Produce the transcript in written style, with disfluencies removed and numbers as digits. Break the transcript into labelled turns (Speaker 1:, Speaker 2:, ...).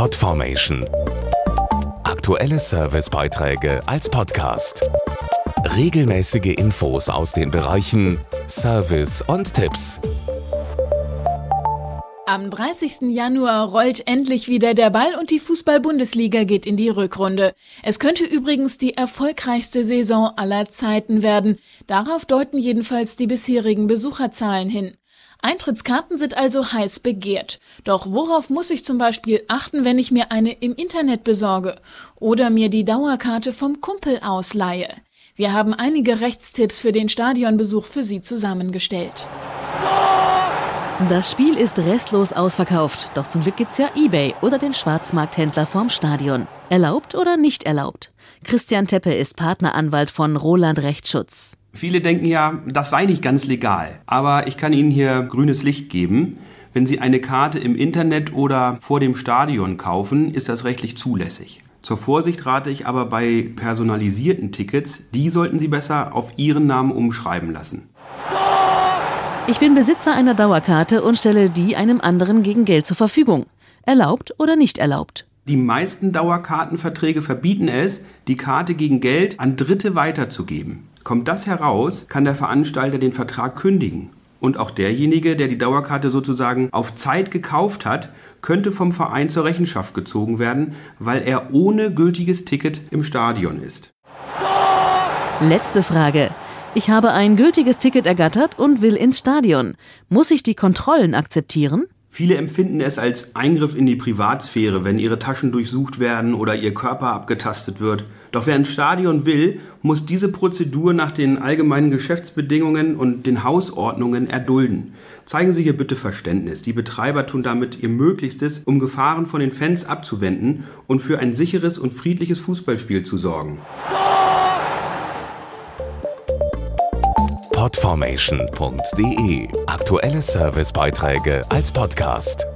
Speaker 1: Podformation. Aktuelle Servicebeiträge als Podcast. Regelmäßige Infos aus den Bereichen Service und Tipps.
Speaker 2: Am 30. Januar rollt endlich wieder der Ball und die Fußball-Bundesliga geht in die Rückrunde. Es könnte übrigens die erfolgreichste Saison aller Zeiten werden. Darauf deuten jedenfalls die bisherigen Besucherzahlen hin. Eintrittskarten sind also heiß begehrt. Doch worauf muss ich zum Beispiel achten, wenn ich mir eine im Internet besorge oder mir die Dauerkarte vom Kumpel ausleihe? Wir haben einige Rechtstipps für den Stadionbesuch für Sie zusammengestellt.
Speaker 3: Das Spiel ist restlos ausverkauft, doch zum Glück gibt's ja eBay oder den Schwarzmarkthändler vorm Stadion. Erlaubt oder nicht erlaubt? Christian Teppe ist Partneranwalt von Roland Rechtsschutz.
Speaker 4: Viele denken ja, das sei nicht ganz legal. Aber ich kann Ihnen hier grünes Licht geben. Wenn Sie eine Karte im Internet oder vor dem Stadion kaufen, ist das rechtlich zulässig. Zur Vorsicht rate ich aber bei personalisierten Tickets, die sollten Sie besser auf Ihren Namen umschreiben lassen.
Speaker 3: Ich bin Besitzer einer Dauerkarte und stelle die einem anderen gegen Geld zur Verfügung. Erlaubt oder nicht erlaubt?
Speaker 4: Die meisten Dauerkartenverträge verbieten es, die Karte gegen Geld an Dritte weiterzugeben. Kommt das heraus, kann der Veranstalter den Vertrag kündigen. Und auch derjenige, der die Dauerkarte sozusagen auf Zeit gekauft hat, könnte vom Verein zur Rechenschaft gezogen werden, weil er ohne gültiges Ticket im Stadion ist.
Speaker 3: Letzte Frage. Ich habe ein gültiges Ticket ergattert und will ins Stadion. Muss ich die Kontrollen akzeptieren?
Speaker 4: Viele empfinden es als Eingriff in die Privatsphäre, wenn ihre Taschen durchsucht werden oder ihr Körper abgetastet wird. Doch wer ins Stadion will, muss diese Prozedur nach den allgemeinen Geschäftsbedingungen und den Hausordnungen erdulden. Zeigen Sie hier bitte Verständnis. Die Betreiber tun damit ihr Möglichstes, um Gefahren von den Fans abzuwenden und für ein sicheres und friedliches Fußballspiel zu sorgen.
Speaker 1: Podformation.de. Aktuelle Servicebeiträge als Podcast.